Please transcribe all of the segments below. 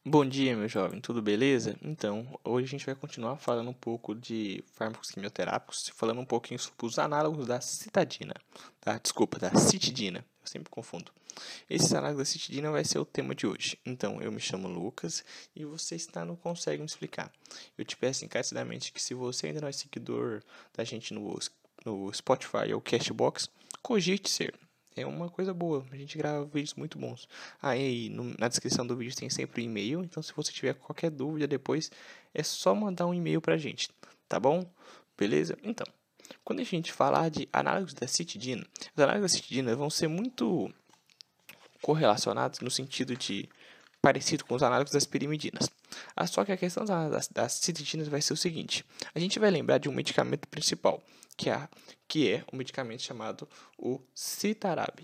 Bom dia, meu jovem, tudo beleza? Então, hoje a gente vai continuar falando um pouco de fármacos quimioterápicos, falando um pouquinho sobre os análogos da citadina, tá? Desculpa, da citidina, eu sempre confundo. Esses análogos da citidina vai ser o tema de hoje. Então, eu me chamo Lucas e você está no Consegue Me Explicar. Eu te peço encarecidamente que se você ainda não é seguidor da gente no Spotify ou Castbox, cogite ser. É uma coisa boa, a gente grava vídeos muito bons. Aí na descrição do vídeo tem sempre o e-mail, então se você tiver qualquer dúvida depois, é só mandar um e-mail pra gente, tá bom? Beleza? Então, quando a gente falar de análogos da citidina, as análogos da citidina vão ser muito correlacionados no sentido de parecido com os análogos das pirimidinas. Só que a questão das citidinas vai ser o seguinte: a gente vai lembrar de um medicamento principal, que é um medicamento chamado o Citarab.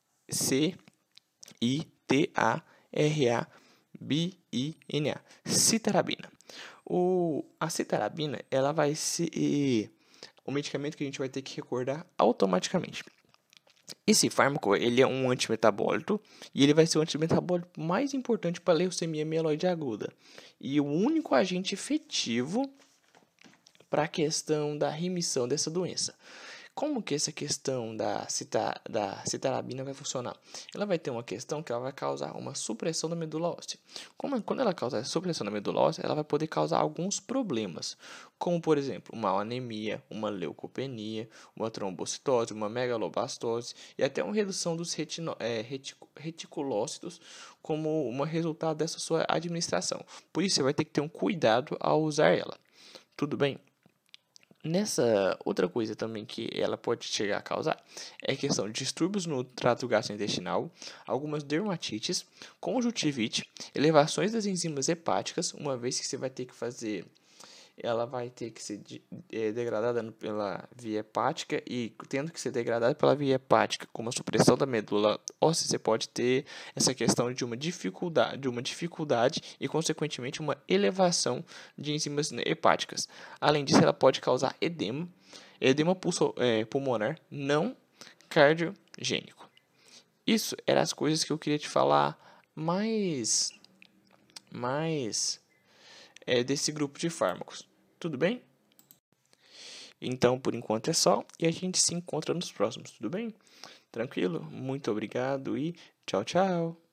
Citarabina. Citarabina. A citarabina, ela vai ser o medicamento que a gente vai ter que recordar automaticamente. Esse fármaco, ele é um antimetabólito e ele vai ser o antimetabólito mais importante para a leucemia mieloide aguda e o único agente efetivo para a questão da remissão dessa doença. Como que essa questão da citarabina vai funcionar? Ela vai ter uma questão que ela vai causar uma supressão da medula óssea. Quando ela causar supressão da medula óssea, ela vai poder causar alguns problemas, como por exemplo, uma anemia, uma leucopenia, uma trombocitose, uma megalobastose e até uma redução dos reticulócitos como um resultado dessa sua administração. Por isso, você vai ter que ter um cuidado ao usar ela. Tudo bem? Nessa outra coisa também que ela pode chegar a causar é a questão de distúrbios no trato gastrointestinal, algumas dermatites, conjuntivite, elevações das enzimas hepáticas, uma vez que você vai ter que fazer, ela vai ter que ser degradada pela via hepática e tendo que ser degradada pela via hepática com uma supressão da medula óssea, você pode ter essa questão de uma dificuldade e consequentemente uma elevação de enzimas hepáticas. Além disso, ela pode causar edema pulmonar não cardiogênico. Isso eram as coisas que eu queria te falar mais desse grupo de fármacos. Tudo bem? Então, por enquanto é só e a gente se encontra nos próximos, tudo bem? Tranquilo? Muito obrigado e tchau, tchau!